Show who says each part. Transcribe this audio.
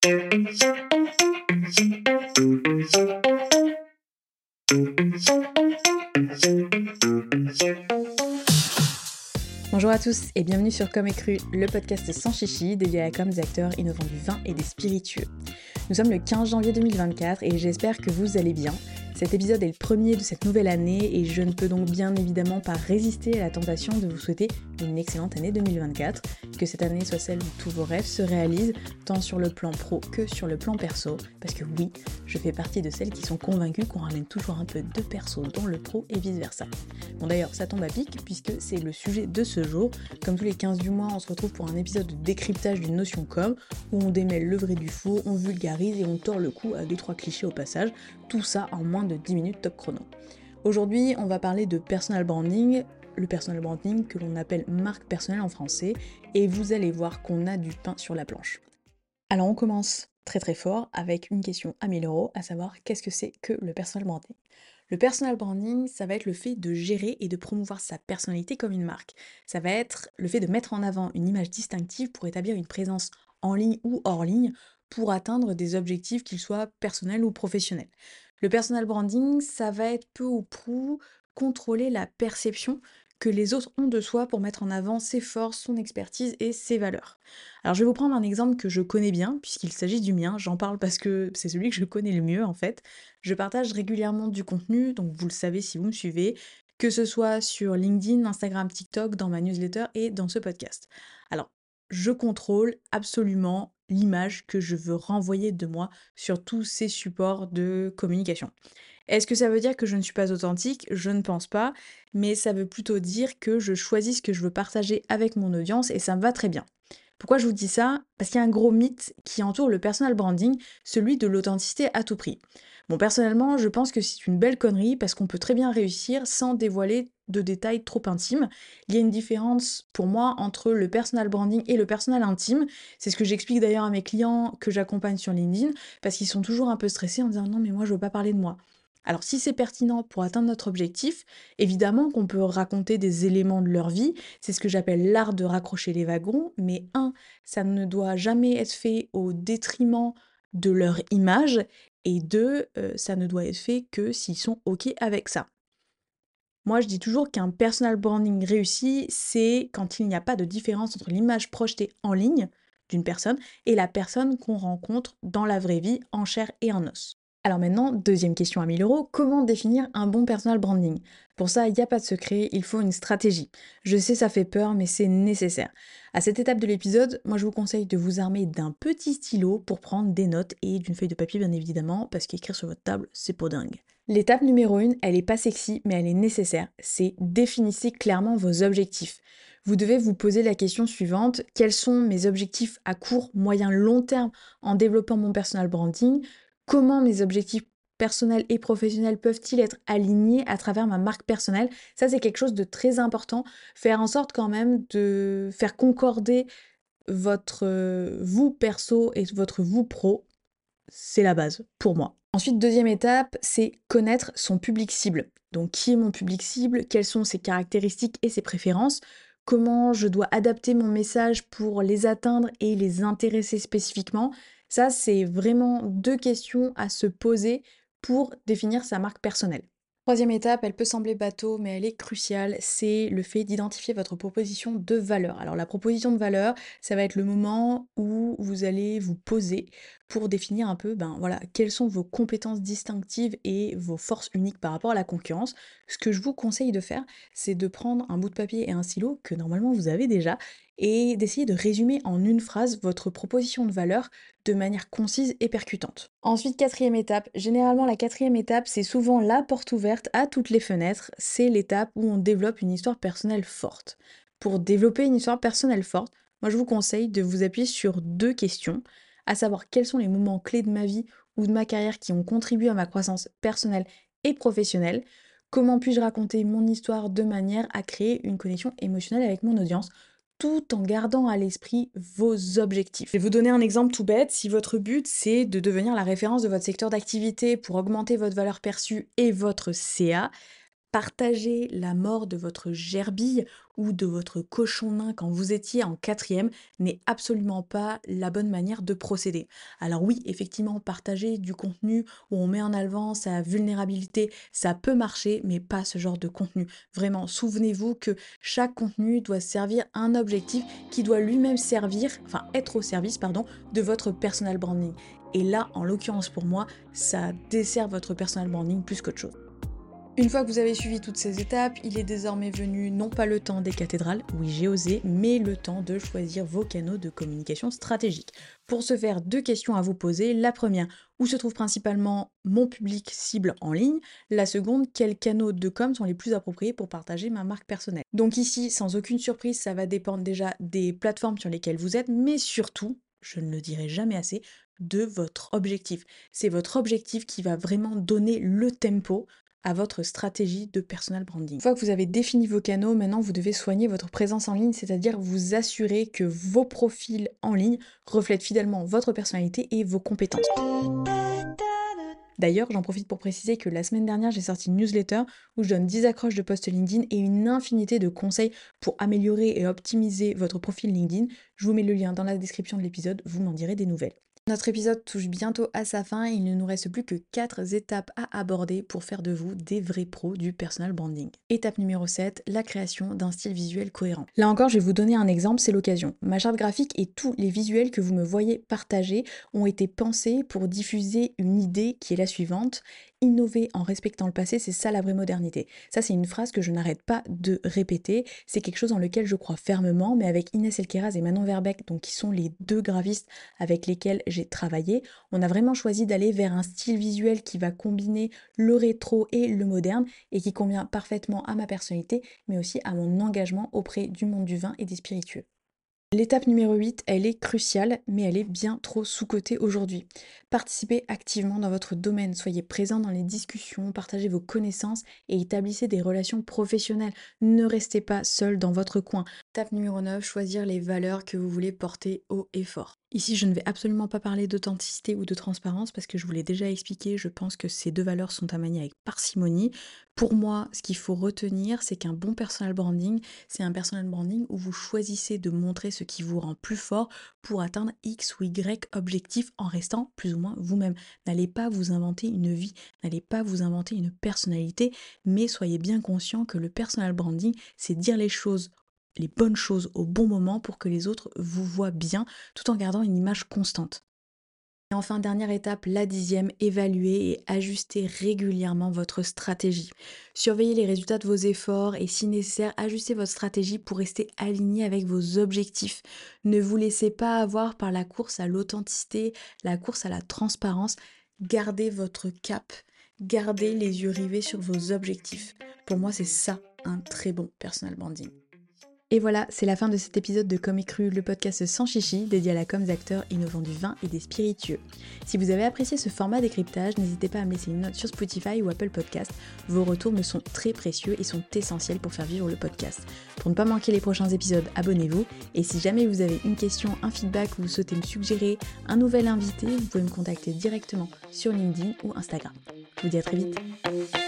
Speaker 1: Bonjour à tous et bienvenue sur Comme et Cru, le podcast sans chichi dédié à la com des acteurs innovants du vin et des spiritueux. Nous sommes le 15 janvier 2024 et j'espère que vous allez bien. Cet épisode est le premier de cette nouvelle année et je ne peux donc bien évidemment pas résister à la tentation de vous souhaiter une excellente année 2024, que cette année soit celle où tous vos rêves se réalisent, tant sur le plan pro que sur le plan perso, parce que oui, je fais partie de celles qui sont convaincues qu'on ramène toujours un peu de perso dans le pro et vice versa. Bon d'ailleurs, ça tombe à pic puisque c'est le sujet de ce jour. Comme tous les 15 du mois, on se retrouve pour un épisode de décryptage d'une notion com, où on démêle le vrai du faux, on vulgarise et on tord le cou à 2-3 clichés au passage, tout ça en moins de 10 minutes top chrono. Aujourd'hui, on va parler de personal branding, le personal branding que l'on appelle marque personnelle en français, et vous allez voir qu'on a du pain sur la planche. Alors on commence très fort avec une question à 1000 €, à savoir qu'est-ce que c'est que le personal branding ? Le personal branding, ça va être le fait de gérer et de promouvoir sa personnalité comme une marque. Ça va être le fait de mettre en avant une image distinctive pour établir une présence en ligne ou hors ligne pour atteindre des objectifs qu'ils soient personnels ou professionnels. Le personal branding, ça va être peu ou prou contrôler la perception que les autres ont de soi pour mettre en avant ses forces, son expertise et ses valeurs. Alors je vais vous prendre un exemple que je connais bien, puisqu'il s'agit du mien, j'en parle parce que c'est celui que je connais le mieux en fait. Je partage régulièrement du contenu, donc vous le savez si vous me suivez, que ce soit sur LinkedIn, Instagram, TikTok, dans ma newsletter et dans ce podcast. Alors, je contrôle absolument l'image que je veux renvoyer de moi sur tous ces supports de communication. Est-ce que ça veut dire que je ne suis pas authentique ? Je ne pense pas, mais ça veut plutôt dire que je choisis ce que je veux partager avec mon audience et ça me va très bien. Pourquoi je vous dis ça ? Parce qu'il y a un gros mythe qui entoure le personal branding, celui de l'authenticité à tout prix. Bon, personnellement, je pense que c'est une belle connerie parce qu'on peut très bien réussir sans dévoiler de détails trop intimes. Il y a une différence pour moi entre le personal branding et le personal intime. C'est ce que j'explique d'ailleurs à mes clients que j'accompagne sur LinkedIn parce qu'ils sont toujours un peu stressés en disant non mais moi je veux pas parler de moi. Alors si c'est pertinent pour atteindre notre objectif, évidemment qu'on peut raconter des éléments de leur vie, c'est ce que j'appelle l'art de raccrocher les wagons, mais ça ne doit jamais être fait au détriment de leur image, et deux, ça ne doit être fait que s'ils sont OK avec ça. Moi, je dis toujours qu'un personal branding réussi, c'est quand il n'y a pas de différence entre l'image projetée en ligne d'une personne et la personne qu'on rencontre dans la vraie vie, en chair et en os. Alors maintenant, deuxième question à 1000 €, comment définir un bon personal branding ? Pour ça, il n'y a pas de secret, il faut une stratégie. Je sais, ça fait peur, mais c'est nécessaire. À cette étape de l'épisode, moi je vous conseille de vous armer d'un petit stylo pour prendre des notes et d'une feuille de papier bien évidemment, parce qu'écrire sur votre table, c'est pas dingue. L'étape numéro 1, elle est pas sexy, mais elle est nécessaire. C'est définissez clairement vos objectifs. Vous devez vous poser la question suivante, quels sont mes objectifs à court, moyen, long terme en développant mon personal branding ? Comment mes objectifs personnels et professionnels peuvent-ils être alignés à travers ma marque personnelle ? Ça, c'est quelque chose de très important. Faire en sorte quand même de faire concorder votre vous perso et votre vous pro, c'est la base pour moi. Ensuite, deuxième étape, c'est connaître son public cible. Donc, qui est mon public cible ? Quelles sont ses caractéristiques et ses préférences ? Comment je dois adapter mon message pour les atteindre et les intéresser spécifiquement ? Ça, c'est vraiment 2 questions à se poser pour définir sa marque personnelle. Troisième étape, elle peut sembler bateau, mais elle est cruciale, c'est le fait d'identifier votre proposition de valeur. Alors la proposition de valeur, ça va être le moment où vous allez vous poser pour définir un peu, voilà, quelles sont vos compétences distinctives et vos forces uniques par rapport à la concurrence. Ce que je vous conseille de faire, c'est de prendre un bout de papier et un stylo que normalement vous avez déjà et d'essayer de résumer en une phrase votre proposition de valeur de manière concise et percutante. Ensuite, quatrième étape. Généralement, la quatrième étape, c'est souvent la porte ouverte à toutes les fenêtres. C'est l'étape où on développe une histoire personnelle forte. Pour développer une histoire personnelle forte, moi je vous conseille de vous appuyer sur 2 questions, à savoir quels sont les moments clés de ma vie ou de ma carrière qui ont contribué à ma croissance personnelle et professionnelle. Comment puis-je raconter mon histoire de manière à créer une connexion émotionnelle avec mon audience tout en gardant à l'esprit vos objectifs. Je vais vous donner un exemple tout bête. Si votre but, c'est de devenir la référence de votre secteur d'activité pour augmenter votre valeur perçue et votre CA, Partager la mort de votre gerbille ou de votre cochon nain quand vous étiez en quatrième n'est absolument pas la bonne manière de procéder. Alors oui, effectivement, partager du contenu où on met en avant sa vulnérabilité, ça peut marcher, mais pas ce genre de contenu. Vraiment, souvenez-vous que chaque contenu doit servir un objectif qui doit lui-même être au service, de votre personal branding. Et là, en l'occurrence pour moi, ça dessert votre personal branding plus qu'autre chose. Une fois que vous avez suivi toutes ces étapes, il est désormais venu non pas le temps des cathédrales, oui j'ai osé, mais le temps de choisir vos canaux de communication stratégique. Pour ce faire, 2 questions à vous poser. La première, où se trouve principalement mon public cible en ligne? La seconde, quels canaux de com sont les plus appropriés pour partager ma marque personnelle? Donc ici, sans aucune surprise, ça va dépendre déjà des plateformes sur lesquelles vous êtes, mais surtout, je ne le dirai jamais assez, de votre objectif. C'est votre objectif qui va vraiment donner le tempo à votre stratégie de personal branding. Une fois que vous avez défini vos canaux, maintenant vous devez soigner votre présence en ligne, c'est-à-dire vous assurer que vos profils en ligne reflètent fidèlement votre personnalité et vos compétences. D'ailleurs, j'en profite pour préciser que la semaine dernière, j'ai sorti une newsletter où je donne 10 accroches de posts LinkedIn et une infinité de conseils pour améliorer et optimiser votre profil LinkedIn. Je vous mets le lien dans la description de l'épisode, vous m'en direz des nouvelles. Notre épisode touche bientôt à sa fin et il ne nous reste plus que 4 étapes à aborder pour faire de vous des vrais pros du personal branding. Étape numéro 7, la création d'un style visuel cohérent. Là encore, je vais vous donner un exemple, c'est l'occasion. Ma charte graphique et tous les visuels que vous me voyez partager ont été pensés pour diffuser une idée qui est la suivante. Innover en respectant le passé, c'est ça la vraie modernité. Ça, c'est une phrase que je n'arrête pas de répéter. C'est quelque chose dans lequel je crois fermement, mais avec Inès Elkeraz et Manon Verbeek, donc qui sont les 2 graphistes avec lesquels j'ai travaillé, on a vraiment choisi d'aller vers un style visuel qui va combiner le rétro et le moderne et qui convient parfaitement à ma personnalité, mais aussi à mon engagement auprès du monde du vin et des spiritueux. L'étape numéro 8, elle est cruciale, mais elle est bien trop sous-cotée aujourd'hui. Participez activement dans votre domaine, soyez présent dans les discussions, partagez vos connaissances et établissez des relations professionnelles. Ne restez pas seul dans votre coin. Étape numéro 9, choisir les valeurs que vous voulez porter haut et fort. Ici, je ne vais absolument pas parler d'authenticité ou de transparence parce que je vous l'ai déjà expliqué, je pense que ces 2 valeurs sont à manier avec parcimonie. Pour moi, ce qu'il faut retenir, c'est qu'un bon personal branding, c'est un personal branding où vous choisissez de montrer ce qui vous rend plus fort pour atteindre X ou Y objectif en restant plus ou moins vous-même. N'allez pas vous inventer une vie, n'allez pas vous inventer une personnalité, mais soyez bien conscient que le personal branding, c'est dire les bonnes choses au bon moment pour que les autres vous voient bien tout en gardant une image constante. Et enfin, dernière étape, la 10e, évaluer et ajuster régulièrement votre stratégie. Surveillez les résultats de vos efforts et si nécessaire, ajustez votre stratégie pour rester aligné avec vos objectifs. Ne vous laissez pas avoir par la course à l'authenticité, la course à la transparence. Gardez votre cap, gardez les yeux rivés sur vos objectifs. Pour moi, c'est ça un très bon personal branding. Et voilà, c'est la fin de cet épisode de Comme Cru, le podcast sans chichi dédié à la com des acteurs innovants du vin et des spiritueux. Si vous avez apprécié ce format décryptage, n'hésitez pas à me laisser une note sur Spotify ou Apple Podcast. Vos retours me sont très précieux et sont essentiels pour faire vivre le podcast. Pour ne pas manquer les prochains épisodes, abonnez-vous. Et si jamais vous avez une question, un feedback ou vous souhaitez me suggérer un nouvel invité, vous pouvez me contacter directement sur LinkedIn ou Instagram. Je vous dis à très vite.